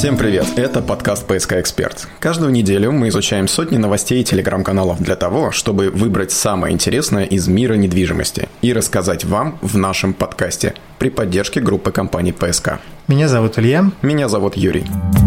Всем привет, это подкаст «ПСК Эксперт». Каждую неделю мы изучаем сотни новостей и телеграм-каналов для того, чтобы выбрать самое интересное из мира недвижимости и рассказать вам в нашем подкасте при поддержке группы компаний «ПСК». Меня зовут Илья. Меня зовут Юрий.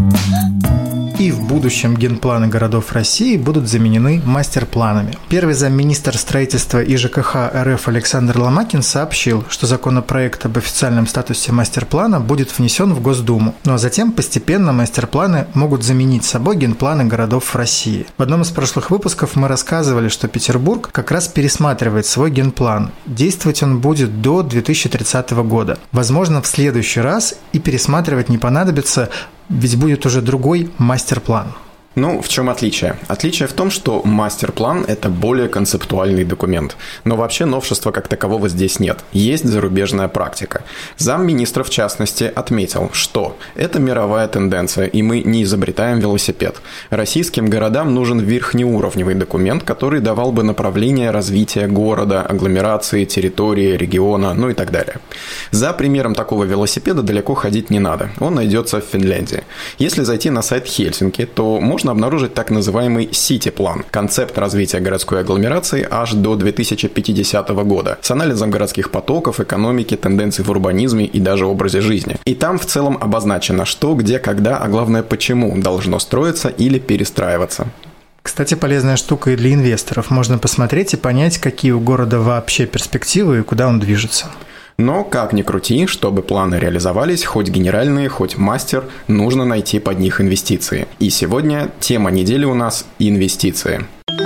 И в будущем генпланы городов России будут заменены мастер-планами. Первый замминистра строительства и ЖКХ РФ Александр Ломакин сообщил, что законопроект об официальном статусе мастер-плана будет внесен в Госдуму. Ну а затем постепенно мастер-планы могут заменить собой генпланы городов России. В одном из прошлых выпусков мы рассказывали, что Петербург как раз пересматривает свой генплан. Действовать он будет до 2030 года. Возможно, в следующий раз и пересматривать не понадобится, ведь будет уже другой мастер-план. Ну, в чем отличие? Отличие в том, что мастер-план – это более концептуальный документ. Но вообще новшества как такового здесь нет. Есть зарубежная практика. Замминистра, в частности, отметил, что это мировая тенденция, и мы не изобретаем велосипед. Российским городам нужен верхнеуровневый документ, который давал бы направление развития города, агломерации, территории, региона, ну и так далее. За примером такого велосипеда далеко ходить не надо. Он найдется в Финляндии. Если зайти на сайт Хельсинки, то можно обнаружить так называемый Сити-план – концепт развития городской агломерации аж до 2050 года с анализом городских потоков, экономики, тенденций в урбанизме и даже образе жизни. И там в целом обозначено, что, где, когда, а главное почему должно строиться или перестраиваться. Кстати, полезная штука и для инвесторов. Можно посмотреть и понять, какие у города вообще перспективы и куда он движется. Но, как ни крути, чтобы планы реализовались, хоть генеральные, хоть мастер, нужно найти под них инвестиции. И сегодня тема недели у нас – инвестиции.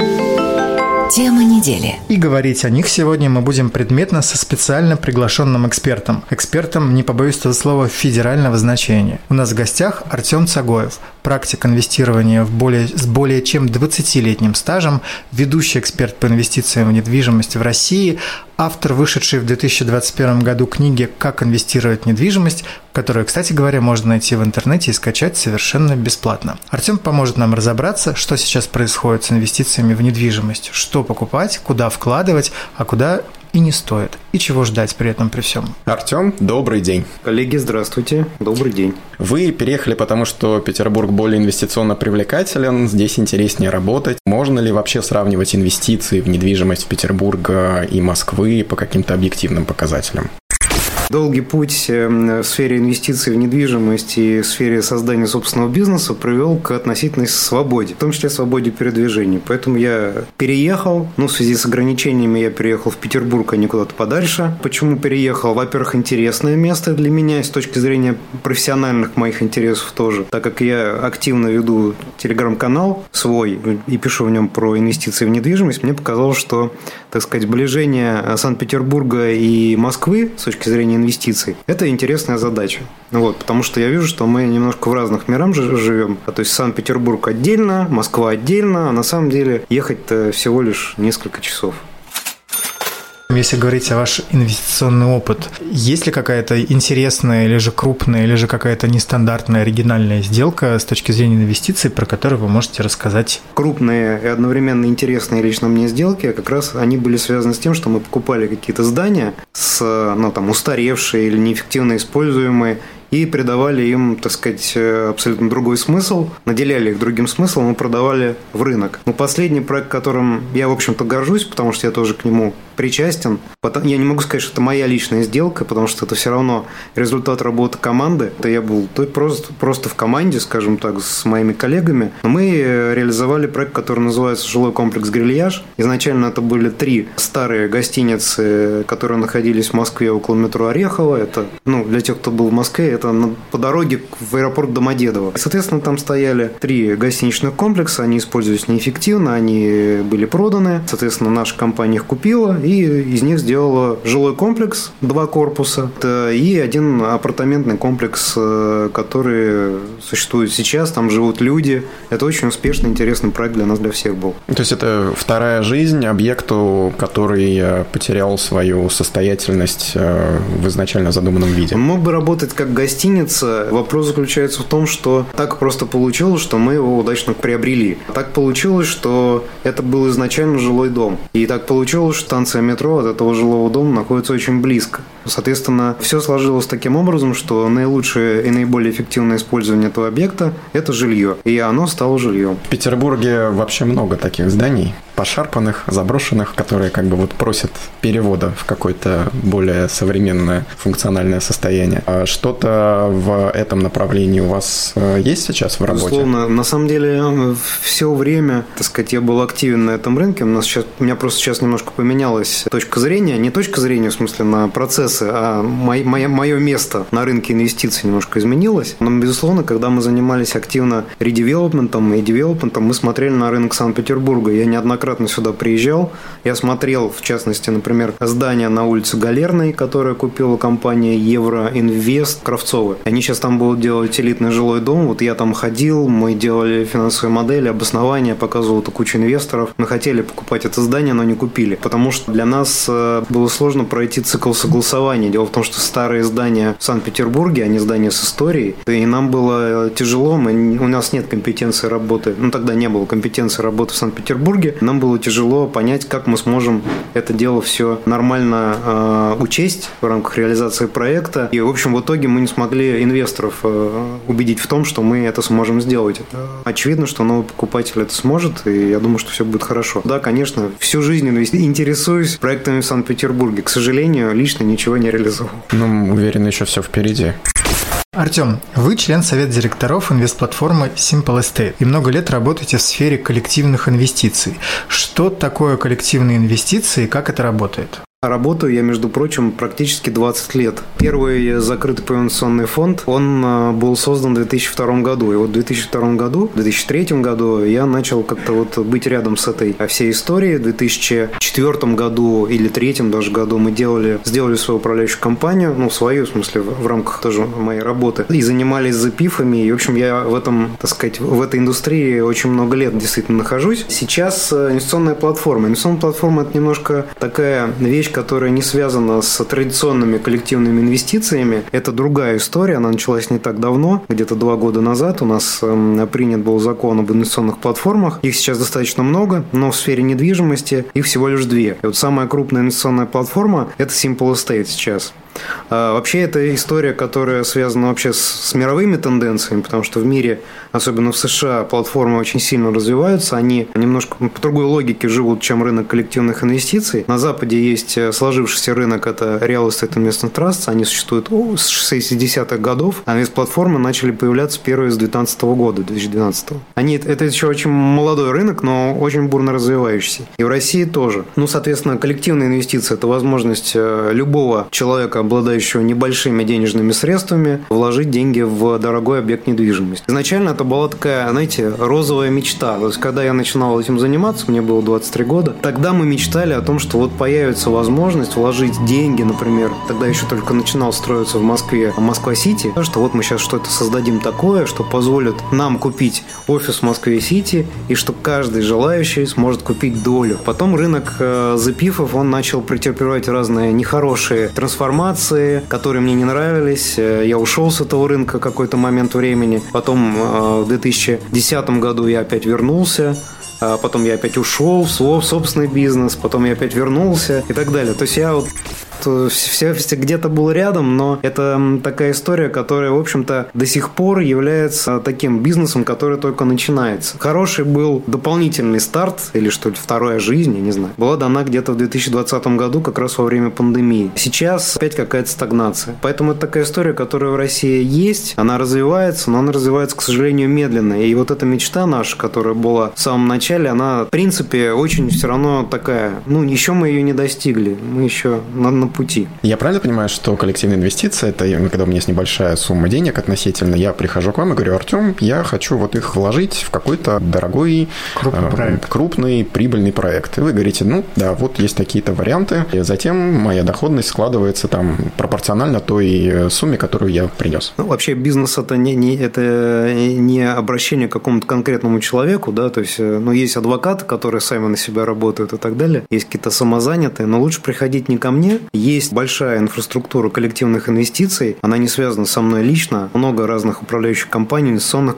Тема недели. И говорить о них сегодня мы будем предметно со специально приглашенным экспертом. Экспертом, не побоюсь этого слова, федерального значения. У нас в гостях Артем Цагоев, практик инвестирования с более чем 20-летним стажем, ведущий эксперт по инвестициям в недвижимость в России, автор вышедшей в 2021 году книги «Как инвестировать в недвижимость», которую, кстати говоря, можно найти в интернете и скачать совершенно бесплатно. Артем поможет нам разобраться, что сейчас происходит с инвестициями в недвижимость, что покупать, куда вкладывать, а куда и не стоит, и чего ждать при этом при всем. Артем, добрый день. Коллеги, здравствуйте, добрый день. Вы переехали, потому что Петербург более инвестиционно привлекателен, здесь интереснее работать. Можно ли вообще сравнивать инвестиции в недвижимость Петербурга и Москвы по каким-то объективным показателям? Долгий путь в сфере инвестиций в недвижимость и в сфере создания собственного бизнеса привел к относительной свободе, в том числе свободе передвижения. Поэтому я переехал, в связи с ограничениями я переехал в Петербург, а не куда-то подальше. Почему переехал? Во-первых, интересное место для меня с точки зрения профессиональных моих интересов тоже, так как я активно веду телеграм-канал свой и пишу в нем про инвестиции в недвижимость, мне показалось, что, так сказать, сближение Санкт-Петербурга и Москвы с точки зрения инвестиций – это интересная задача. Потому что я вижу, что мы немножко в разных мирах живем. То есть Санкт-Петербург отдельно, Москва отдельно, а на самом деле ехать-то всего лишь несколько часов. Если говорить о ваш инвестиционный опыт, есть ли какая-то интересная или же крупная, или же какая-то нестандартная, оригинальная сделка с точки зрения инвестиций, про которую вы можете рассказать? Крупные и одновременно интересные лично мне сделки, как раз они были связаны с тем, что мы покупали какие-то здания устаревшие или неэффективно используемые, и придавали им, так сказать, абсолютно другой смысл, наделяли их другим смыслом и продавали в рынок. Последний проект, которым я, в общем-то, горжусь, потому что я тоже к нему причастен. Я не могу сказать, что это моя личная сделка, потому что это все равно результат работы команды. Это я был просто в команде, скажем так, с моими коллегами. Но мы реализовали проект, который называется «Жилой комплекс Грильяж». Изначально это были 3 старые гостиницы, которые находились в Москве около метро Орехово. Это, для тех, кто был в Москве, это по дороге в аэропорт Домодедово. Соответственно, там стояли 3 гостиничных комплекса, они использовались неэффективно, они были проданы. Соответственно, наша компания их купила и из них сделала жилой комплекс, 2 корпуса, и 1 апартаментный комплекс, который существует сейчас, там живут люди. Это очень успешный, интересный проект для нас, для всех был. То есть это вторая жизнь объекту, который потерял свою состоятельность в изначально задуманном виде? Он мог бы работать как гостиница, гостиница. Вопрос заключается в том, что так просто получилось, что мы его удачно приобрели. Так получилось, что это был изначально жилой дом. И так получилось, что станция метро от этого жилого дома находится очень близко. Соответственно, все сложилось таким образом, что наилучшее и наиболее эффективное использование этого объекта – это жилье. И оно стало жильем. В Петербурге вообще много таких зданий, пошарпанных, заброшенных, которые как бы вот просят перевода в какое-то более современное функциональное состояние. А что-то в этом направлении у вас есть сейчас в работе? Безусловно. На самом деле, все время, так сказать, я был активен на этом рынке. У меня просто сейчас немножко поменялась точка зрения. Не точка зрения, в смысле, на процессы, а мое место на рынке инвестиций немножко изменилось. Но, безусловно, когда мы занимались активно редевелопментом и девелопментом, мы смотрели на рынок Санкт-Петербурга. Я неоднократно сюда приезжал. Я смотрел, в частности, например, здание на улице Галерной, которое купила компания Евроинвест Кравцовы. Они сейчас там будут делать элитный жилой дом. Вот я там ходил, мы делали финансовые модели, обоснования, показывал это кучу инвесторов. Мы хотели покупать это здание, но не купили, потому что для нас было сложно пройти цикл согласования. Дело в том, что старые здания в Санкт-Петербурге, они здания с историей, и нам было тяжело, у нас нет компетенции работы, тогда не было компетенции работы в Санкт-Петербурге, нам было тяжело понять, как мы сможем это дело все нормально учесть в рамках реализации проекта, и, в общем, в итоге мы не смогли инвесторов убедить в том, что мы это сможем сделать. Очевидно, что новый покупатель это сможет, и я думаю, что все будет хорошо. Да, конечно, всю жизнь интересуюсь проектами в Санкт-Петербурге. К сожалению, лично ничего не реализовал. Уверен, еще все впереди. Артем, вы член совета директоров инвестплатформы Simple Estate и много лет работаете в сфере коллективных инвестиций. Что такое коллективные инвестиции и как это работает? Работаю я, между прочим, практически 20 лет. Первый закрытый инвестиционный фонд, он был создан в 2002 году. И вот в 2002 году, в 2003 году я начал как-то вот быть рядом с этой всей историей. В 2004 году или 2003 даже году мы сделали свою управляющую компанию, свою, в смысле, в рамках тоже моей работы, и занимались запифами. И, в общем, я в этом, так сказать, в этой индустрии очень много лет действительно нахожусь. Сейчас инвестиционная платформа. Инвестиционная платформа – это немножко такая вещь, которая не связана с традиционными коллективными инвестициями. Это другая история, она началась не так давно, где-то 2 года назад у нас принят был закон об инвестиционных платформах. Их сейчас достаточно много, но в сфере недвижимости их всего лишь 2. И вот самая крупная инвестиционная платформа – это Simple Estate сейчас. Вообще, это история, которая связана вообще с мировыми тенденциями, потому что в мире, особенно в США, платформы очень сильно развиваются, они немножко по другой логике живут, чем рынок коллективных инвестиций. На Западе есть сложившийся рынок, это Real Estate Investment Trusts, они существуют с 60-х годов, а инвестплатформы начали появляться первые с 2012 года, 2012. Это еще очень молодой рынок, но очень бурно развивающийся. И в России тоже. Соответственно, коллективные инвестиции – это возможность любого человека, обладающего небольшими денежными средствами, вложить деньги в дорогой объект недвижимости. Изначально это была такая, знаете, розовая мечта. То есть, когда я начинал этим заниматься, мне было 23 года, тогда мы мечтали о том, что вот появится возможность вложить деньги, например, тогда еще только начинал строиться в Москве Москва-Сити, что вот мы сейчас что-то создадим такое, что позволит нам купить офис в Москве-Сити, и что каждый желающий сможет купить долю. Потом рынок запифов, он начал претерпевать разные нехорошие трансформации, которые мне не нравились. Я ушел с этого рынка какой-то момент времени. Потом в 2010 году я опять вернулся. Потом я опять ушел в свой собственный бизнес. Потом я опять вернулся и так далее. То есть я вот все где-то был рядом, но это такая история, которая, в общем-то, до сих пор является таким бизнесом, который только начинается. Хороший был дополнительный старт, или что ли, вторая жизнь, я не знаю, была дана где-то в 2020 году, как раз во время пандемии. Сейчас опять какая-то стагнация. Поэтому это такая история, которая в России есть, она развивается, но она развивается, к сожалению, медленно. И вот эта мечта наша, которая была в самом начале, она, в принципе, очень все равно такая, еще мы ее не достигли, мы еще на пути. Я правильно понимаю, что коллективные инвестиции, это когда у меня есть небольшая сумма денег относительно, я прихожу к вам и говорю: Артем, я хочу вот их вложить в какой-то дорогой, крупный, прибыльный проект. И вы говорите: да, вот есть такие-то варианты, и затем моя доходность складывается там пропорционально той сумме, которую я принес. Вообще бизнес это не обращение к какому-то конкретному человеку, да, то есть, есть адвокаты, которые сами на себя работают и так далее, есть какие-то самозанятые, но лучше приходить не ко мне, есть большая инфраструктура коллективных инвестиций, она не связана со мной лично, много разных управляющих компаний, инвестиционных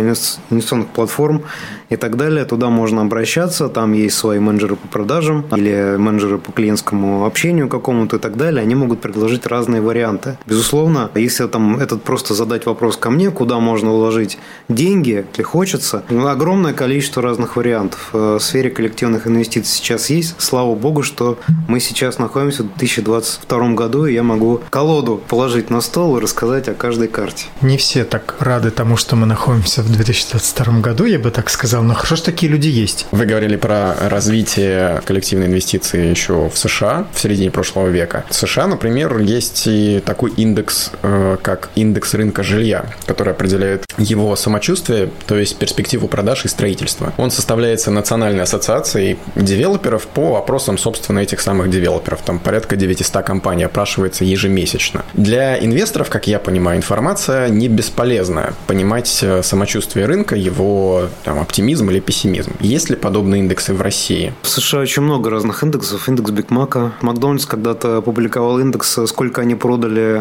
платформ и так далее. Туда можно обращаться, там есть свои менеджеры по продажам или менеджеры по клиентскому общению какому-то и так далее. Они могут предложить разные варианты. Безусловно, если там просто задать вопрос ко мне, куда можно вложить деньги, если хочется, огромное количество разных вариантов в сфере коллективных инвестиций сейчас есть. Слава богу, что мы сейчас находимся в 2022 году, и я могу колоду положить на стол и рассказать о каждой карте. Не все так рады тому, что мы находимся в 2022 году, я бы так сказал, но хорошо, что такие люди есть. Вы говорили про развитие коллективной инвестиции еще в США в середине прошлого века. В США, например, есть и такой индекс, как индекс рынка жилья, который определяет его самочувствие, то есть перспективу продаж и строительства. Он составляется Национальной ассоциацией девелоперов по опросам, собственно, этих самых девелоперов. Там порядка 900 компаний опрашивается ежемесячно. Для инвесторов, как я понимаю, информация не бесполезна. Понимать самочувствие рынка, его оптимизм или пессимизм. Есть ли подобные индексы в России? В США очень много разных индексов. Индекс Биг Мака. Макдональдс когда-то опубликовал индекс, сколько они продали,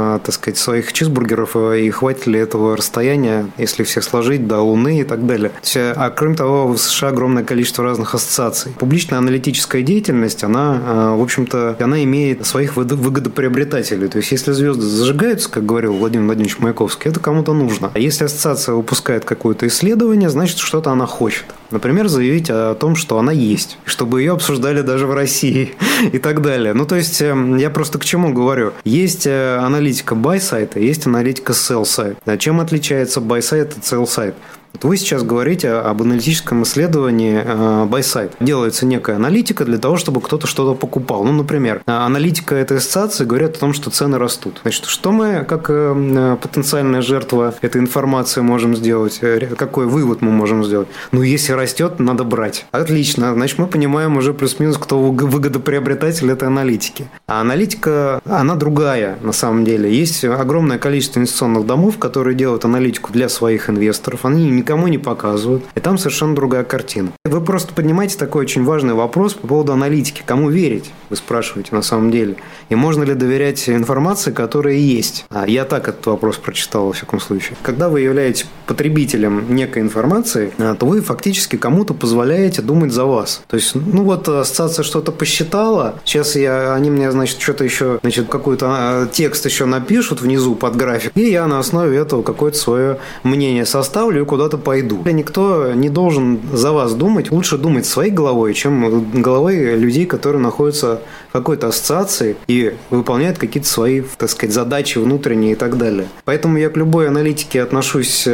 своих чизбургеров, и хватит ли этого расстояния, если всех сложить до Луны и так далее. А кроме того, в США огромное количество разных ассоциаций. Публичная аналитическая деятельность, она, в общем-то, она имеет своих выгодоприобретателей. То есть, если звезды зажигаются, как говорил Владимир Владимирович Маяковский, это кому-то нужно. А если ассоциация выпускает какое-то исследование, значит, что-то она хочет. Например, заявить о том, что она есть, чтобы ее обсуждали даже в России и так далее. То есть, я просто к чему говорю. Есть аналитика buy-сайта, есть аналитика sell-сайта. Чем отличается buy-сайт от sell-сайт? Вы сейчас говорите об аналитическом исследовании buy-сайт. Делается некая аналитика для того, чтобы кто-то что-то покупал. Например, аналитика этой ассоциации говорит о том, что цены растут. Значит, что мы, как потенциальная жертва этой информации, можем сделать? Какой вывод мы можем сделать? Если растет, надо брать. Отлично. Значит, мы понимаем уже плюс-минус, кто выгодоприобретатель этой аналитики. А аналитика, она другая на самом деле. Есть огромное количество инвестиционных домов, которые делают аналитику для своих инвесторов. Они никому не показывают. И там совершенно другая картина. Вы просто поднимаете такой очень важный вопрос по поводу аналитики. Кому верить? Вы спрашиваете на самом деле. И можно ли доверять информации, которая есть? Я так этот вопрос прочитал, во всяком случае. Когда вы являетесь потребителем некой информации, то вы фактически кому-то позволяете думать за вас. То есть, ассоциация что-то посчитала. Сейчас они мне, что-то еще, какой-то текст еще напишут внизу под график. И я на основе этого какое-то свое мнение составлю и куда-то пойду. Никто не должен за вас думать. Лучше думать своей головой, чем головой людей, которые находятся в какой-то ассоциации и выполняют какие-то свои, задачи внутренние и так далее. Поэтому я к любой аналитике отношусь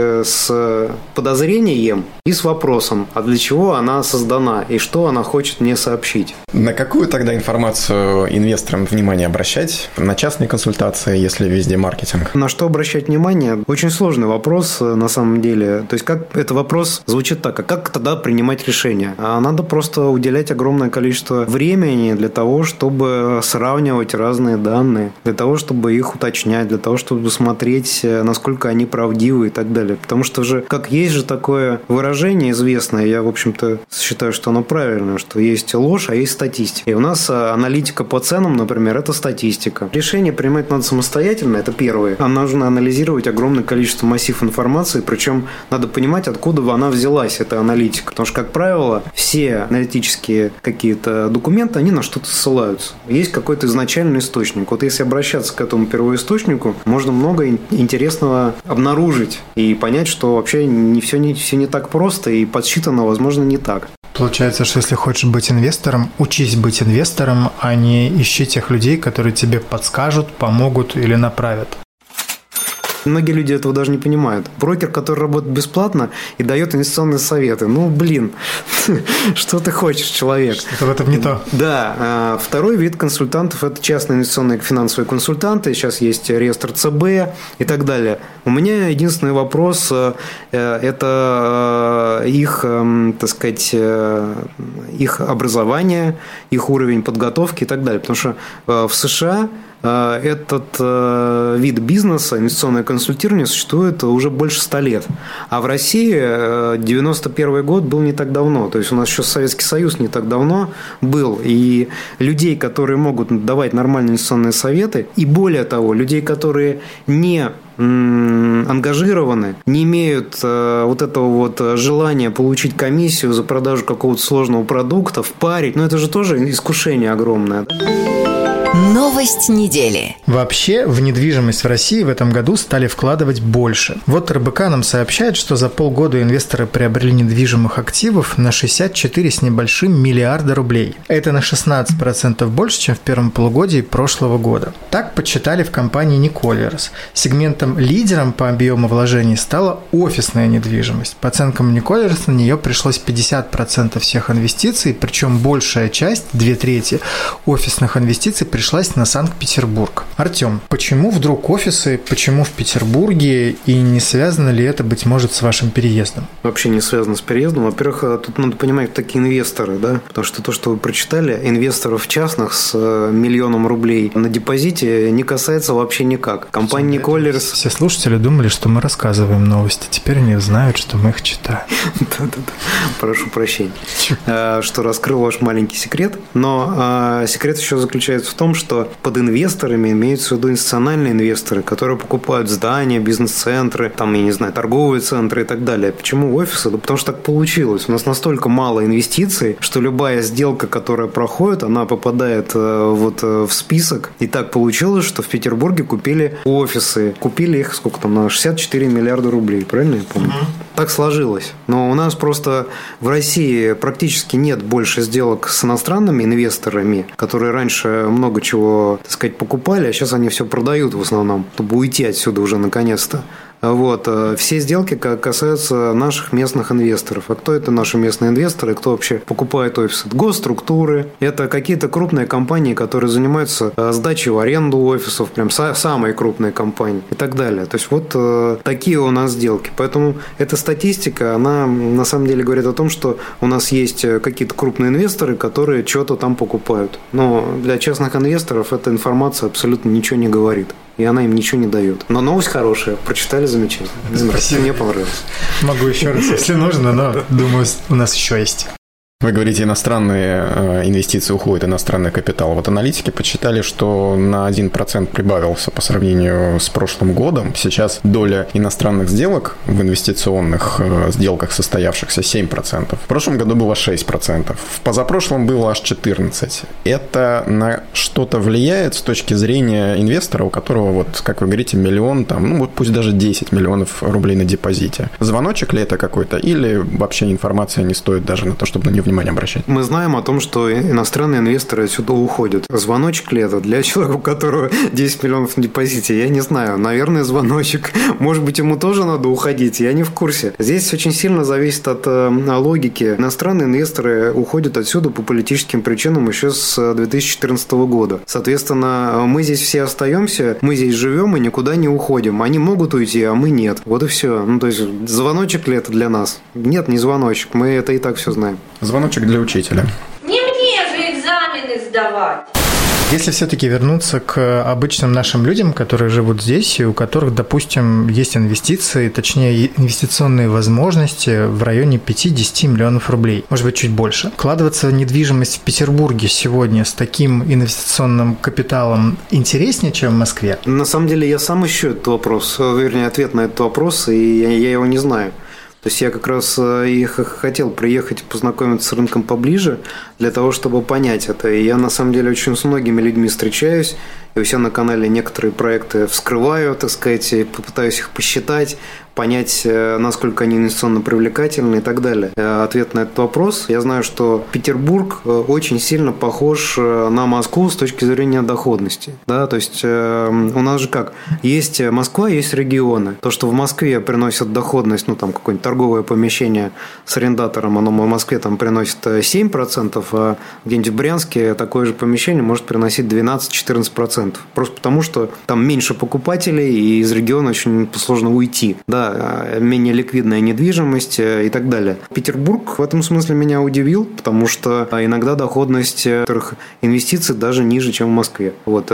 с подозрением и с вопросом, а для чего она создана и что она хочет мне сообщить. На какую тогда информацию инвесторам внимание обращать? На частные консультации, если везде маркетинг? На что обращать внимание? Очень сложный вопрос на самом деле. То есть, как этот вопрос звучит так, а как тогда принимать решения? Надо просто уделять огромное количество времени для того, чтобы сравнивать разные данные, для того, чтобы их уточнять, для того, чтобы смотреть, насколько они правдивы и так далее. Потому что есть же такое выражение известное, я, в общем-то, считаю, что оно правильное, что есть ложь, а есть статистика. И у нас аналитика по ценам, например, это статистика. Решение принимать надо самостоятельно, это первое. Нужно анализировать огромное количество массив информации, причем надо понимать, откуда она взялась, эта аналитика. Потому что, как правило, все аналитические какие-то документы, они на что-то ссылаются. Есть какой-то изначальный источник. Если обращаться к этому первоисточнику, можно много интересного обнаружить и понять, что вообще все не так просто и подсчитано, возможно, не так. Получается, что если хочешь быть инвестором, учись быть инвестором, а не ищи тех людей, которые тебе подскажут, помогут или направят. Многие люди этого даже не понимают. Брокер, который работает бесплатно и дает инвестиционные советы. Что ты хочешь, человек? Что-то в этом не то. Да. Второй вид консультантов – это частные инвестиционные финансовые консультанты. Сейчас есть реестр ЦБ и так далее. У меня единственный вопрос – это их, их образование, их уровень подготовки и так далее. Потому что в США этот вид бизнеса, инвестиционное консультирование, существует уже больше 100 лет. А в России 91 год был не так давно. То есть у нас еще Советский Союз не так давно был. И людей, которые могут давать нормальные инвестиционные советы, и более того, людей, которые не ангажированы, не имеют вот этого вот желания получить комиссию за продажу какого-то сложного продукта, впарить, но это же тоже искушение огромное. Новость недели. Вообще, в недвижимость в России в этом году стали вкладывать больше. Вот РБК нам сообщает, что за полгода инвесторы приобрели недвижимых активов на 64 с небольшим миллиарда рублей. Это на 16% больше, чем в первом полугодии прошлого года. Так подсчитали в компании Николерс. Сегментом-лидером по объему вложений стала офисная недвижимость. По оценкам Николерс, на нее пришлось 50% всех инвестиций, причем большая часть, 2/3 офисных инвестиций пришлась на Санкт-Петербург. Артем, почему вдруг офисы, почему в Петербурге, и не связано ли это, быть может, с вашим переездом? Вообще не связано с переездом. Во-первых, тут надо понимать, такие инвесторы, да, потому что то, что вы прочитали, инвесторов частных с 1 миллионом рублей на депозите не касается вообще никак. Компания Николерс... Все слушатели думали, что мы рассказываем новости, теперь они знают, что мы их читаем. Да-да-да, прошу прощения, что раскрыл ваш маленький секрет, но секрет еще заключается в том, что под инвесторами имеются в виду институциональные инвесторы, которые покупают здания, бизнес-центры, там, я не знаю, торговые центры и так далее. Почему офисы? Да потому что так получилось. У нас настолько мало инвестиций, что любая сделка, которая проходит, она попадает вот в список. И так получилось, что в Петербурге купили офисы. Купили их, сколько там, на 64 миллиарда рублей. Правильно я помню? Так сложилось. Но у нас просто в России практически нет больше сделок с иностранными инвесторами, которые раньше много чего, так сказать, покупали, а сейчас они все продают в основном, чтобы уйти отсюда уже наконец-то. Вот. Все сделки касаются наших местных инвесторов. А кто это наши местные инвесторы? Кто вообще покупает офисы? Это госструктуры. Это какие-то крупные компании, которые занимаются сдачей в аренду офисов. Прям самые крупные компании. И так далее. То есть, вот такие у нас сделки. Поэтому эта статистика, она на самом деле говорит о том, что у нас есть какие-то крупные инвесторы, которые что-то там покупают. Но для частных инвесторов эта информация абсолютно ничего не говорит. И она им ничего не дает. Но новость хорошая. Прочитали замечательно. Спасибо. Мне понравилось. Могу еще раз, если нужно, но думаю, у нас еще есть. Вы говорите, иностранные инвестиции уходят, иностранный капитал. Вот аналитики подсчитали, что на 1% прибавился по сравнению с прошлым годом. Сейчас доля иностранных сделок в инвестиционных сделках состоявшихся 7%. В прошлом году было 6%. В позапрошлом было аж 14%. Это на что-то влияет с точки зрения инвестора, у которого, вот, как вы говорите, миллион, там, ну вот пусть даже 10 миллионов рублей на депозите. Звоночек ли это какой-то? Или вообще информация не стоит даже на то, чтобы на нее внимание обращать? Мы знаем о том, что иностранные инвесторы отсюда уходят. Звоночек ли это для человека, у которого 10 миллионов на депозите? Я не знаю. Наверное, звоночек. Может быть, ему тоже надо уходить? Я не в курсе. Здесь очень сильно зависит от логики. Иностранные инвесторы уходят отсюда по политическим причинам еще с 2014 года. Соответственно, мы здесь все остаемся, мы здесь живем и никуда не уходим. Они могут уйти, а мы нет. Вот и все. Ну, то есть, звоночек ли это для нас? Нет, не звоночек. Мы это и так все знаем. Звоночек для учителя. Не мне же экзамены сдавать. Если все-таки вернуться к обычным нашим людям, которые живут здесь, и у которых, допустим, есть инвестиции, точнее, инвестиционные возможности в районе 5-10 миллионов рублей, может быть, чуть больше. Вкладываться в недвижимость в Петербурге сегодня с таким инвестиционным капиталом интереснее, чем в Москве? На самом деле, я сам ищу этот вопрос, вернее, ответ на этот вопрос, и я его не знаю. То есть я как раз и хотел приехать познакомиться с рынком поближе для того, чтобы понять это. И я на самом деле очень с многими людьми встречаюсь. И у себя на канале некоторые проекты вскрываю, так сказать, и попытаюсь их посчитать, понять, насколько они инвестиционно привлекательны и так далее. Ответ на этот вопрос. Я знаю, что Петербург очень сильно похож на Москву с точки зрения доходности. Да? То есть у нас же как? Есть Москва, есть регионы. То, что в Москве приносит доходность, ну там какое-нибудь торговое помещение с арендатором, оно в Москве там приносит 7%, а где-нибудь в Брянске такое же помещение может приносить 12-14%. 10%. Просто потому, что там меньше покупателей, и из региона очень сложно уйти. Да, менее ликвидная недвижимость и так далее. Петербург в этом смысле меня удивил, потому что иногда доходность некоторых инвестиций даже ниже, чем в Москве. Вот,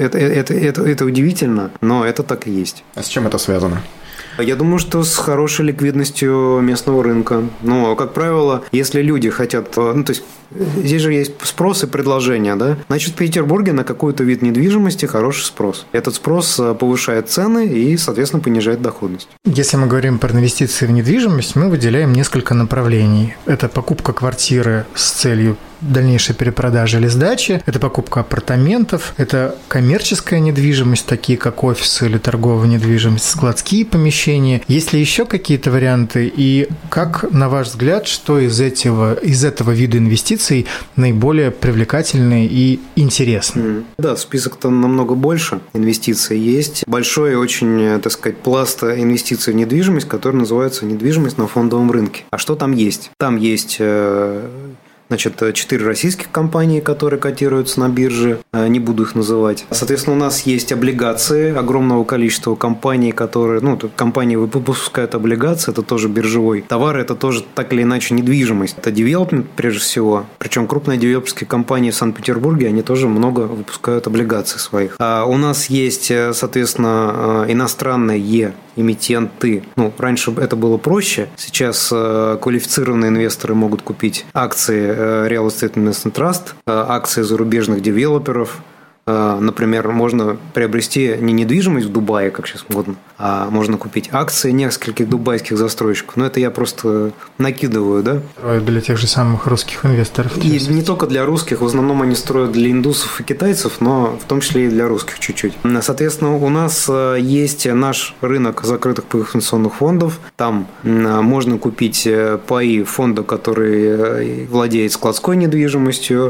это удивительно, но это так и есть. А с чем это связано? Я думаю, что с хорошей ликвидностью местного рынка. Ну, как правило, если люди хотят... Ну, то есть, здесь же есть спрос и предложение, да? Значит, в Петербурге на какой-то вид недвижимости хороший спрос. Этот спрос повышает цены и, соответственно, понижает доходность. Если мы говорим про инвестиции в недвижимость, мы выделяем несколько направлений. Это покупка квартиры с целью дальнейшей перепродажи или сдачи, это покупка апартаментов, это коммерческая недвижимость, такие как офисы или торговая недвижимость, складские помещения. Есть ли еще какие-то варианты? И как, на ваш взгляд, что из этого вида инвестиций наиболее привлекательный и интересный? Да, список-то намного больше инвестиций есть. Большой очень, так сказать, пласт инвестиций в недвижимость, который называется недвижимость на фондовом рынке. А что там есть? Там есть... Значит, 4 российских компании, которые котируются на бирже, не буду их называть. Соответственно, у нас есть облигации огромного количества компаний, которые, компании выпускают облигации, это тоже биржевой товар, это тоже так или иначе недвижимость. Это девелопмент прежде всего, причем крупные девелоперские компании в Санкт-Петербурге, они тоже много выпускают облигаций своих. А у нас есть, соответственно, иностранные эмитенты. Раньше это было проще, сейчас квалифицированные инвесторы могут купить акции Real Estate Investment Trust, акции зарубежных девелоперов. Например, можно приобрести не недвижимость в Дубае, как сейчас модно, а можно купить акции нескольких дубайских застройщиков. Но это я просто накидываю, да? Для тех же самых русских инвесторов. И не только для русских, в основном они строят для индусов и китайцев, но в том числе и для русских чуть-чуть. Соответственно, у нас есть наш рынок закрытых инвестиционных фондов. Там можно купить паи фонда, который владеет складской недвижимостью.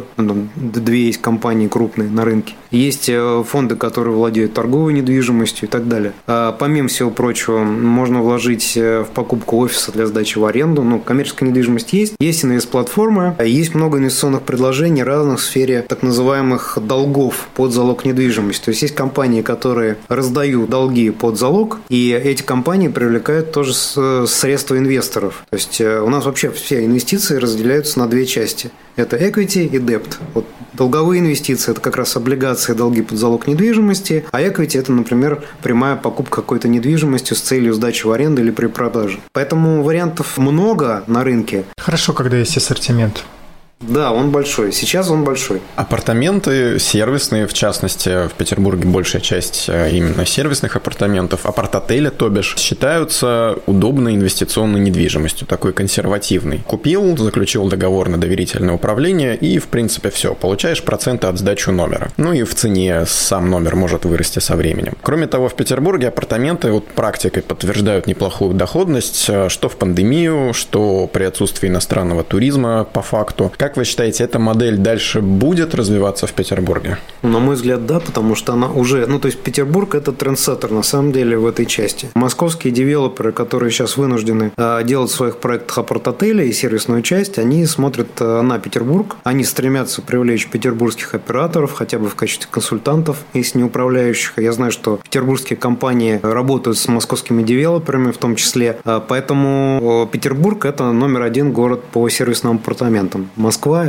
Две есть компании крупные на рынке. Есть фонды, которые владеют торговой недвижимостью и так далее. Помимо всего прочего, можно вложить в покупку офиса для сдачи в аренду. Коммерческая недвижимость есть. Есть инвестплатформы. Есть много инвестиционных предложений разных в сфере так называемых долгов под залог недвижимости. То есть, есть компании, которые раздают долги под залог, и эти компании привлекают тоже средства инвесторов. То есть, у нас вообще все инвестиции разделяются на две части. Это equity и debt. Вот долговые инвестиции – это как раз облигации, долги под залог недвижимости, а equity – это, например, прямая покупка какой-то недвижимости с целью сдачи в аренду или при продаже. Поэтому вариантов много на рынке. Хорошо, когда есть ассортимент. Да, он большой. Сейчас он большой. Апартаменты сервисные, в частности, в Петербурге большая часть именно сервисных апартаментов, апарт-отели, то бишь, считаются удобной инвестиционной недвижимостью, такой консервативной. Купил, заключил договор на доверительное управление и, в принципе, все. Получаешь проценты от сдачи номера. И в цене сам номер может вырасти со временем. Кроме того, в Петербурге апартаменты практикой подтверждают неплохую доходность, что в пандемию, что при отсутствии иностранного туризма по факту. Как вы считаете, эта модель дальше будет развиваться в Петербурге? На мой взгляд, да, потому что она уже... то есть, Петербург – это трендсеттер, на самом деле, в этой части. Московские девелоперы, которые сейчас вынуждены делать в своих проектах апарт-отели и сервисную часть, они смотрят на Петербург, они стремятся привлечь петербургских операторов, хотя бы в качестве консультантов, если не управляющих. Я знаю, что петербургские компании работают с московскими девелоперами в том числе, поэтому Петербург – это номер один город по сервисным апартаментам. Москва –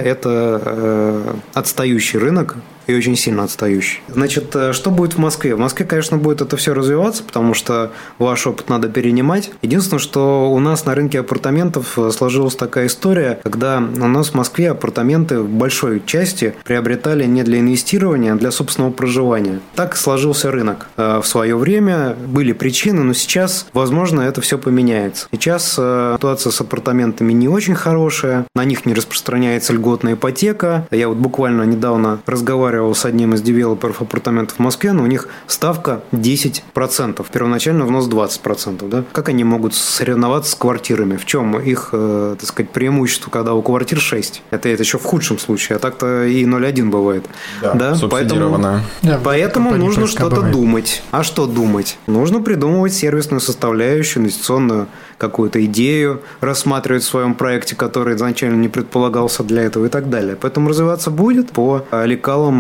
это отстающий рынок, и очень сильно отстающий. Значит, что будет в Москве? В Москве, конечно, будет это все развиваться, потому что ваш опыт надо перенимать. Единственное, что у нас на рынке апартаментов сложилась такая история, когда у нас в Москве апартаменты в большой части приобретали не для инвестирования, а для собственного проживания. Так сложился рынок. В свое время были причины, но сейчас, возможно, это все поменяется. Сейчас ситуация с апартаментами не очень хорошая, на них не распространяется льготная ипотека. Я буквально недавно разговаривал с одним из девелоперов апартаментов в Москве, но у них ставка 10%. Первоначально внос 20%. Да? Как они могут соревноваться с квартирами? В чем их, так сказать, преимущество, когда у квартир 6? Это еще в худшем случае, а так-то и 0,1 бывает. Да, субсидированно. Поэтому нужно что-то думать. А что думать? Нужно придумывать сервисную составляющую, инвестиционную какую-то идею, рассматривать в своем проекте, который изначально не предполагался для этого и так далее. Поэтому развиваться будет по лекалам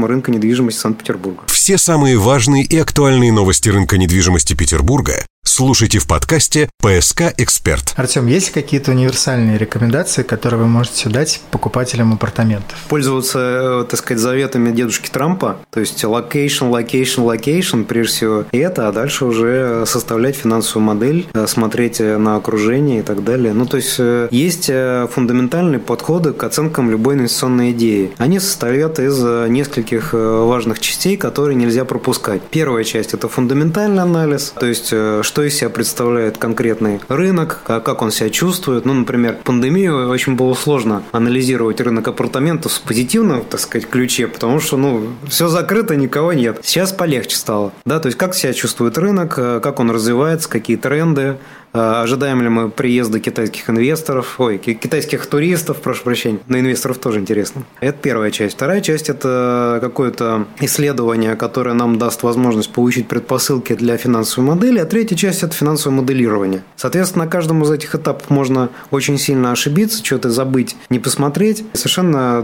рынка недвижимости Санкт-Петербурга. Все самые важные и актуальные новости рынка недвижимости Петербурга слушайте в подкасте «ПСК Эксперт». Артем, есть ли какие-то универсальные рекомендации, которые вы можете дать покупателям апартаментов? Пользоваться, так сказать, заветами дедушки Трампа, то есть локейшн, прежде всего, и это, а дальше уже составлять финансовую модель, смотреть на окружение и так далее. Ну, то есть есть фундаментальные подходы к оценкам любой инвестиционной идеи. Они состоят из нескольких важных частей, которые нельзя пропускать. Первая часть – это фундаментальный анализ, то есть что из себя представляет конкретный рынок, как он себя чувствует. Ну, например, в пандемию очень было сложно анализировать рынок апартаментов с позитивном, так сказать, ключе, потому что, все закрыто, никого нет. Сейчас полегче стало. Да, то есть, как себя чувствует рынок, как он развивается, какие тренды, ожидаем ли мы приезда китайских инвесторов, китайских туристов, прошу прощения, но инвесторов тоже интересно. Это первая часть. Вторая часть – это какое-то исследование, которое нам даст возможность получить предпосылки для финансовой модели, а третья часть – это финансовое моделирование. Соответственно, на каждом из этих этапов можно очень сильно ошибиться, что-то забыть, не посмотреть, совершенно,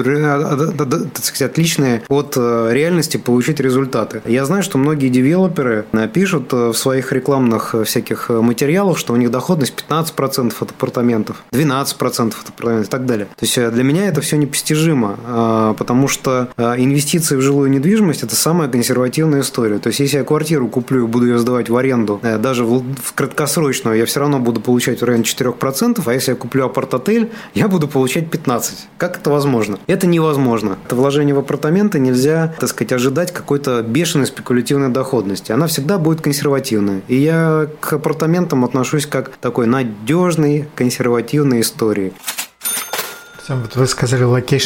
так сказать, отличные от реальности получить результаты. Я знаю, что многие девелоперы пишут в своих рекламных всяких материалах, что у них доходность 15% от апартаментов, 12% от апартаментов и так далее. То есть для меня это все непостижимо, потому что инвестиции в жилую недвижимость – это самая консервативная история. То есть если я квартиру куплю и буду ее сдавать в аренду, даже в краткосрочную, я все равно буду получать в районе 4%, а если я куплю апарт-отель, я буду получать 15%. Как это возможно? Это невозможно. Это вложение в апартаменты нельзя, так сказать, ожидать какой-то бешеной спекулятивной доходности. Она всегда будет консервативной. И я к апартаментам отношусь как к такой надежной, консервативной истории. Вот вы сказали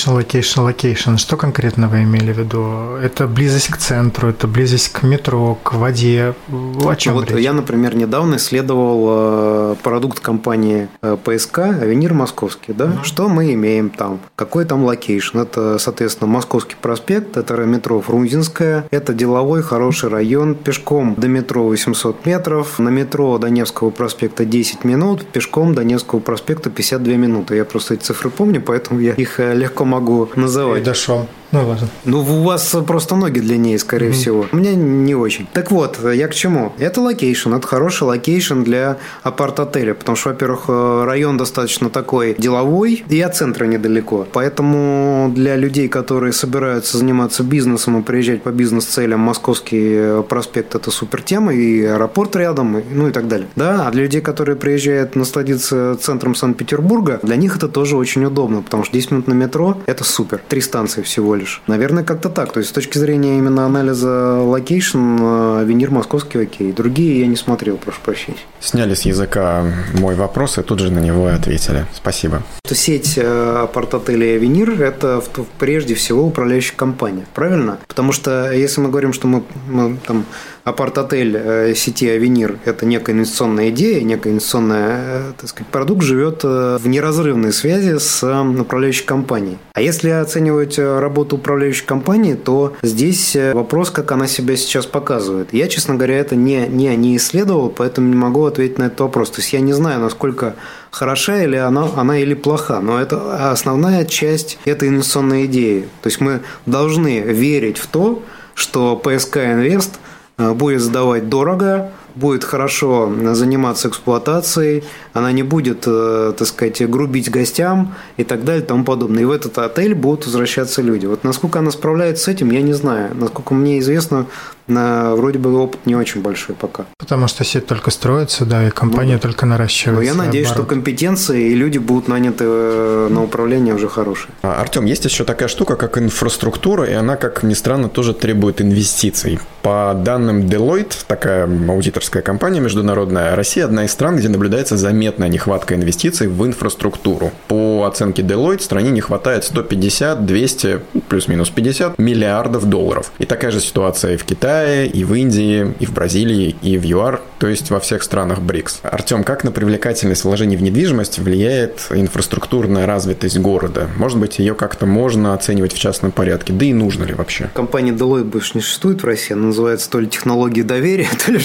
локейшн. Что конкретно вы имели в виду? Это близость к центру, это близость к метро, к воде? О чем речь? Я, например, недавно исследовал продукт компании ПСК «Авенир Московский». Да? Что мы имеем там? Какой там локейшн? Это, соответственно, Московский проспект, это метро Фрунзенская, это деловой хороший район, пешком до метро 800 метров, на метро до Невского проспекта 10 минут, пешком до Невского проспекта 52 минуты. Я просто эти цифры помню, поэтому я их легко могу называть. И дошел. Ладно. У вас просто ноги длиннее, скорее всего. У меня не очень. Так вот, я к чему? Это локейшн. Это хороший локейшн для апарт-отеля. Потому что, во-первых, район достаточно такой деловой, и от центра недалеко. Поэтому для людей, которые собираются заниматься бизнесом и приезжать по бизнес-целям, Московский проспект – это супер тема, и аэропорт рядом, и так далее. Да, а для людей, которые приезжают насладиться центром Санкт-Петербурга, для них это тоже очень удобно, потому что 10 минут на метро – это супер. 3 станции всего лишь. Наверное, как-то так. То есть, с точки зрения именно анализа локейшн, Авенир Московский окей. Другие я не смотрел, прошу прощения. Сняли с языка мой вопрос и тут же на него и ответили. Спасибо. Сеть апарт-отелей «Авенир» – это прежде всего управляющая компания. Правильно? Потому что если мы говорим, что мы там апарт-отель сети «Авенир» – это некая инвестиционная идея, некая инвестиционная, так сказать, продукт живет в неразрывной связи с управляющей компанией. А если оценивать работу управляющей компании, то здесь вопрос, как она себя сейчас показывает. Я, честно говоря, это не исследовал, поэтому не могу ответить на этот вопрос. То есть я не знаю, насколько хороша или она или плоха, но это основная часть этой инвестиционной идеи. То есть мы должны верить в то, что ПСК Инвест будет сдавать дорого, будет хорошо заниматься эксплуатацией, она не будет, так сказать, грубить гостям и так далее и тому подобное. И в этот отель будут возвращаться люди. Вот насколько она справляется с этим, я не знаю. Насколько мне известно, вроде бы опыт не очень большой пока. Потому что сеть только строится, да, и компания только наращивается. Но я надеюсь, что компетенции и люди будут наняты на управление уже хорошие. Артем, есть еще такая штука, как инфраструктура, и она, как ни странно, тоже требует инвестиций. По данным Deloitte, такая аудиторская компания международная, Россия одна из стран, где наблюдается заметная нехватка инвестиций в инфраструктуру. По оценке Deloitte, стране не хватает 150, 200, плюс-минус 50 миллиардов долларов. И такая же ситуация и в Китае, и в Индии, и в Бразилии, и в ЮАР, то есть во всех странах БРИКС. Артем, как на привлекательность вложений в недвижимость влияет инфраструктурная развитость города? Может быть, ее как-то можно оценивать в частном порядке? Да и нужно ли вообще? Компания Deloitte больше не существует в России. Она называется то ли технологии доверия, то ли что-то другое.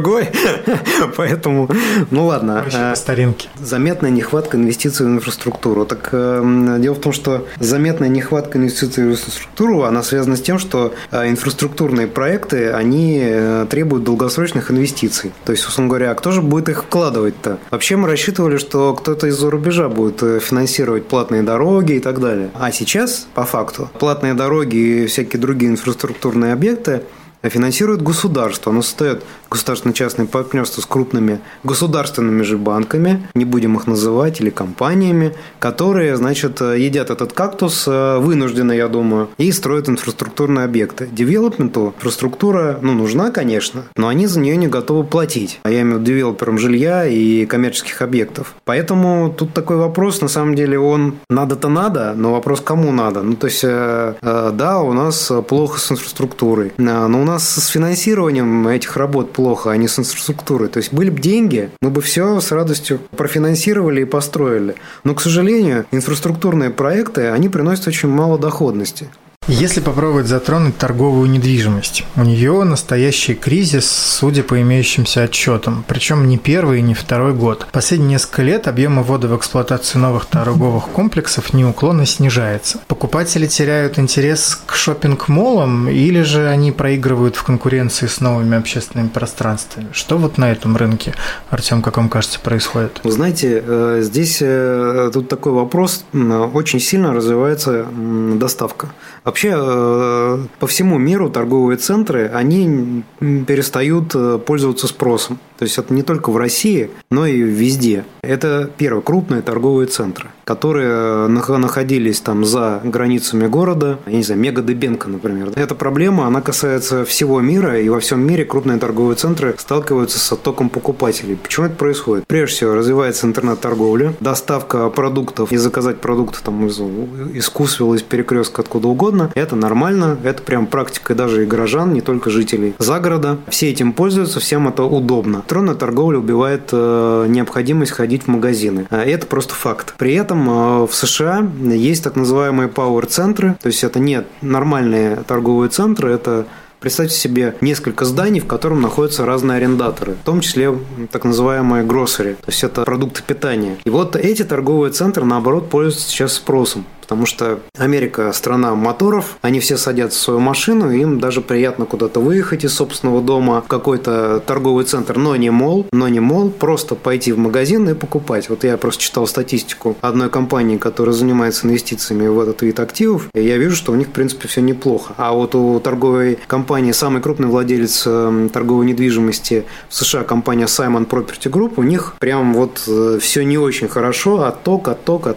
другой. Поэтому, ну ладно. По старинке. Заметная нехватка инвестиций в инфраструктуру. Так дело в том, что заметная нехватка инвестиций в инфраструктуру, она связана с тем, что инфраструктурные проекты, они требуют долгосрочных инвестиций. То есть, условно говоря, кто же будет их вкладывать-то? Вообще мы рассчитывали, что кто-то из-за рубежа будет финансировать платные дороги и так далее. А сейчас, по факту, платные дороги и всякие другие инфраструктурные объекты финансирует государство. Оно создает государственно-частное партнерство с крупными государственными же банками, не будем их называть, или компаниями, которые, значит, едят этот кактус вынужденно, я думаю, и строят инфраструктурные объекты. Девелопменту инфраструктура, нужна, конечно, но они за нее не готовы платить. А я имею в виду девелоперам жилья и коммерческих объектов. Поэтому тут такой вопрос, на самом деле, он надо-то надо, но вопрос кому надо. То есть, да, у нас плохо с инфраструктурой, но у нас с финансированием этих работ плохо, а не с инфраструктурой. То есть были бы деньги, мы бы все с радостью профинансировали и построили. Но, к сожалению, инфраструктурные проекты, они приносят очень мало доходности. Если попробовать затронуть торговую недвижимость, у нее настоящий кризис, судя по имеющимся отчетам, причем не первый и не второй год. Последние несколько лет объемы ввода в эксплуатацию новых торговых комплексов неуклонно снижается. Покупатели теряют интерес к шоппинг-моллам или же они проигрывают в конкуренции с новыми общественными пространствами? Что вот на этом рынке, Артем, как вам кажется, происходит? Вы знаете, здесь тут такой вопрос, очень сильно развивается доставка. Вообще, по всему миру торговые центры, они перестают пользоваться спросом. То есть, это не только в России, но и везде. Это, первое, крупные торговые центры, которые находились там за границами города, я не знаю, Мега-Дыбенко, например. Эта проблема, она касается всего мира, и во всем мире крупные торговые центры сталкиваются с оттоком покупателей. Почему это происходит? Прежде всего, развивается интернет-торговля, доставка продуктов и заказать продукты там из Вкусвилла, из Перекрестка, откуда угодно. Это нормально, это прям практика даже и горожан, не только жителей загорода. Все этим пользуются, всем это удобно. Электронная торговля убивает необходимость ходить в магазины. Это просто факт. При этом в США есть так называемые power-центры, то есть это не нормальные торговые центры, это... Представьте себе несколько зданий, в котором находятся разные арендаторы, в том числе так называемые grocery, то есть это продукты питания. И вот эти торговые центры, наоборот, пользуются сейчас спросом. Потому что Америка – страна моторов, они все садятся в свою машину, и им даже приятно куда-то выехать из собственного дома в какой-то торговый центр, но не молл, просто пойти в магазин и покупать. Вот я просто читал статистику одной компании, которая занимается инвестициями в этот вид активов, и я вижу, что у них, в принципе, все неплохо. А вот у торговой компании, самый крупный владелец торговой недвижимости в США, компания Simon Property Group, у них прям вот все не очень хорошо, отток,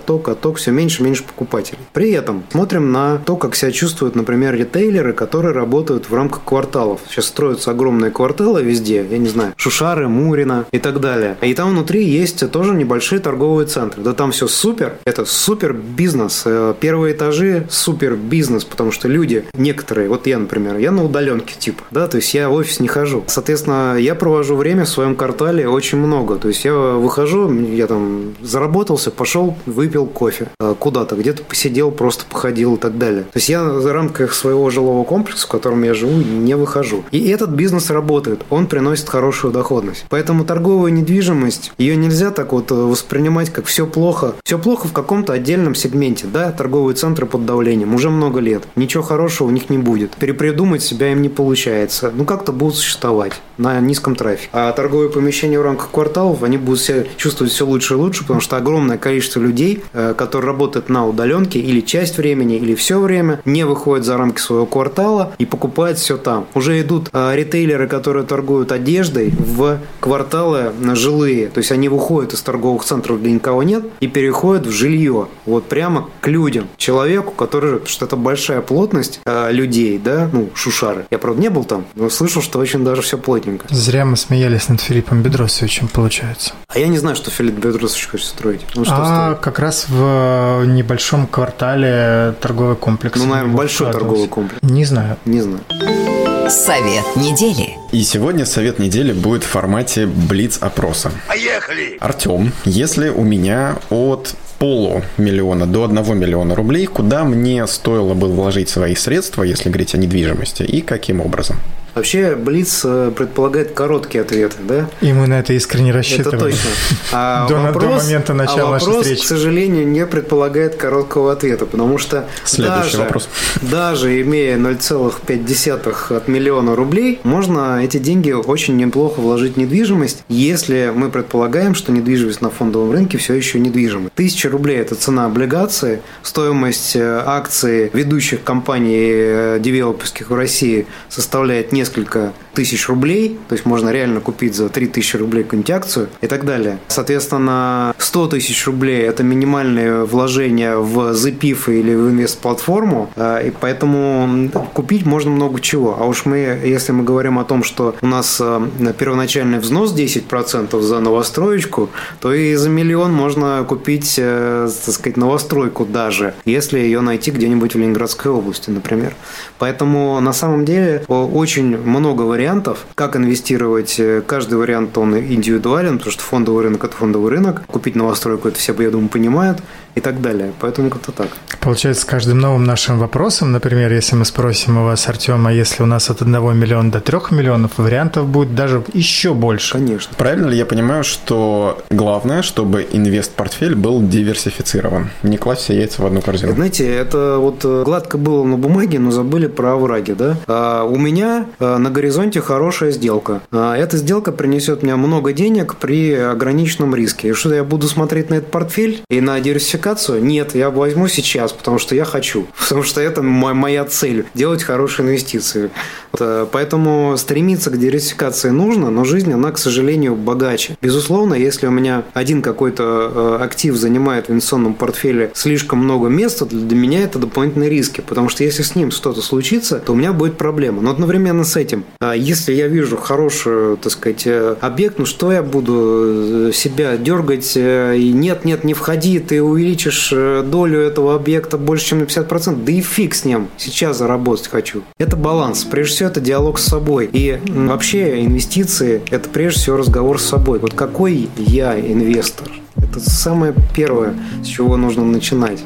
все меньше и меньше покупателей. При этом смотрим на то, как себя чувствуют, например, ритейлеры, которые работают в рамках кварталов. Сейчас строятся огромные кварталы везде, я не знаю, Шушары, Мурино и так далее. И там внутри есть тоже небольшие торговые центры. Да там все супер, это супер бизнес. Первые этажи супер бизнес, потому что люди, некоторые, вот я, например, я на удаленке типа, да, то есть я в офис не хожу. Соответственно, я провожу время в своем квартале очень много. То есть я выхожу, я там заработался, пошел, выпил кофе куда-то, где-то посидел, просто походил и так далее. То есть я в рамках своего жилого комплекса, в котором я живу, не выхожу. И этот бизнес работает, он приносит хорошую доходность. Поэтому торговая недвижимость, ее нельзя так вот воспринимать, как все плохо. Все плохо в каком-то отдельном сегменте. Да, торговые центры под давлением уже много лет. Ничего хорошего у них не будет. Перепридумать себя им не получается. Как-то будут существовать на низком трафике. А торговые помещения в рамках кварталов, они будут себя чувствовать все лучше и лучше, потому что огромное количество людей, которые работают на удаленке, или часть времени, или все время, не выходят за рамки своего квартала и покупают все там. Уже идут ритейлеры, которые торгуют одеждой, в кварталы жилые. То есть они выходят из торговых центров, где никого нет, и переходят в жилье. Вот прямо к людям. Человеку, который, что это большая плотность людей, да, Шушары. Я, правда, не был там, но слышал, что очень даже все плотненько. Зря мы смеялись над Филиппом Бедросовичем, получается. А я не знаю, что Филипп Бедросович хочет строить. Как раз в небольшом квартале торговый комплекс. Наверное, большой торговый комплекс. Не знаю. Совет недели. И сегодня совет недели будет в формате блиц-опроса. Поехали! Артем, если у меня от $500,000 до 1 миллиона рублей, куда мне стоило бы вложить свои средства, если говорить о недвижимости, и каким образом? Вообще, Блиц предполагает короткие ответы, да? И мы на это искренне рассчитываем. Это точно. А до момента начала нашей вопрос, встречи. к сожалению, не предполагает короткого ответа, потому что даже имея 0,5 от миллиона рублей, можно эти деньги очень неплохо вложить в недвижимость, если мы предполагаем, что недвижимость на фондовом рынке все еще недвижима. 1000 рублей – это цена облигации, стоимость акций ведущих компаний девелоперских в России составляет несколько тысяч рублей, то есть можно реально купить за 3000 рублей какую-нибудь акцию и так далее. Соответственно, 100 тысяч рублей – это минимальное вложение в ZPIF или в инвест-платформу, и поэтому купить можно много чего. А уж если мы говорим о том, что у нас первоначальный взнос 10% за новостроечку, то и за миллион можно купить, так сказать, новостройку даже, если ее найти где-нибудь в Ленинградской области, например. Поэтому на самом деле очень много вариантов, как инвестировать. Каждый вариант, он индивидуален, потому что фондовый рынок – это фондовый рынок. Купить новостройку – это все, я думаю, понимают и так далее. Поэтому как-то так. Получается, с каждым новым нашим вопросом, например, если мы спросим у вас, Артем, а если у нас от 1 миллиона до 3 миллионов, вариантов будет даже еще больше. Конечно. Правильно ли я понимаю, что главное, чтобы инвест-портфель был диверсифицирован? Не класть все яйца в одну корзину. Знаете, это вот гладко было на бумаге, но забыли про овраги, да? У меня на горизонте хорошая сделка. Эта сделка принесет мне много денег при ограниченном риске. И что я буду смотреть на этот портфель и на диверсификацию? Нет, я возьму сейчас, потому что я хочу. Потому что это моя цель – делать хорошие инвестиции. Поэтому стремиться к диверсификации нужно, но жизнь, она, к сожалению, богаче. Безусловно, если у меня один какой-то актив занимает в инвестиционном портфеле слишком много места, для меня это дополнительные риски. Потому что если с ним что-то случится, то у меня будет проблема. Но одновременно с этим, если я вижу хороший, так сказать, объект, ну что я буду себя дергать? И нет, не входи, ты увеличишь долю этого объекта больше, чем на 50%. Да и фиг с ним. Сейчас заработать хочу. Это баланс. Прежде всего, это диалог с собой. И вообще инвестиции – это прежде всего разговор с собой. Вот какой я инвестор? Это самое первое, с чего нужно начинать.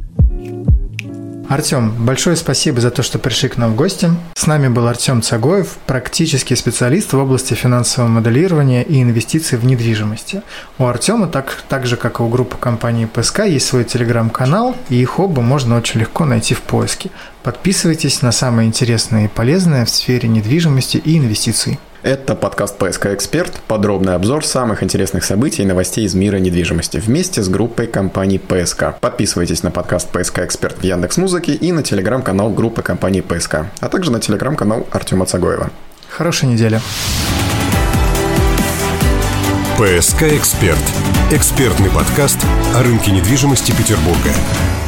Артем, большое спасибо за то, что пришли к нам в гости. С нами был Артем Цагоев, практический специалист в области финансового моделирования и инвестиций в недвижимости. У Артема, так же как и у группы компании ПСК, есть свой телеграм-канал, и их оба можно очень легко найти в поиске. Подписывайтесь на самое интересное и полезное в сфере недвижимости и инвестиций. Это подкаст «ПСК Эксперт», подробный обзор самых интересных событий и новостей из мира недвижимости вместе с группой компаний ПСК. Подписывайтесь на подкаст «ПСК Эксперт» в Яндекс.Музыке и на телеграм-канал группы компании ПСК, а также на телеграм-канал Артема Цагоева. Хорошей недели. «ПСК Эксперт» – экспертный подкаст о рынке недвижимости Петербурга.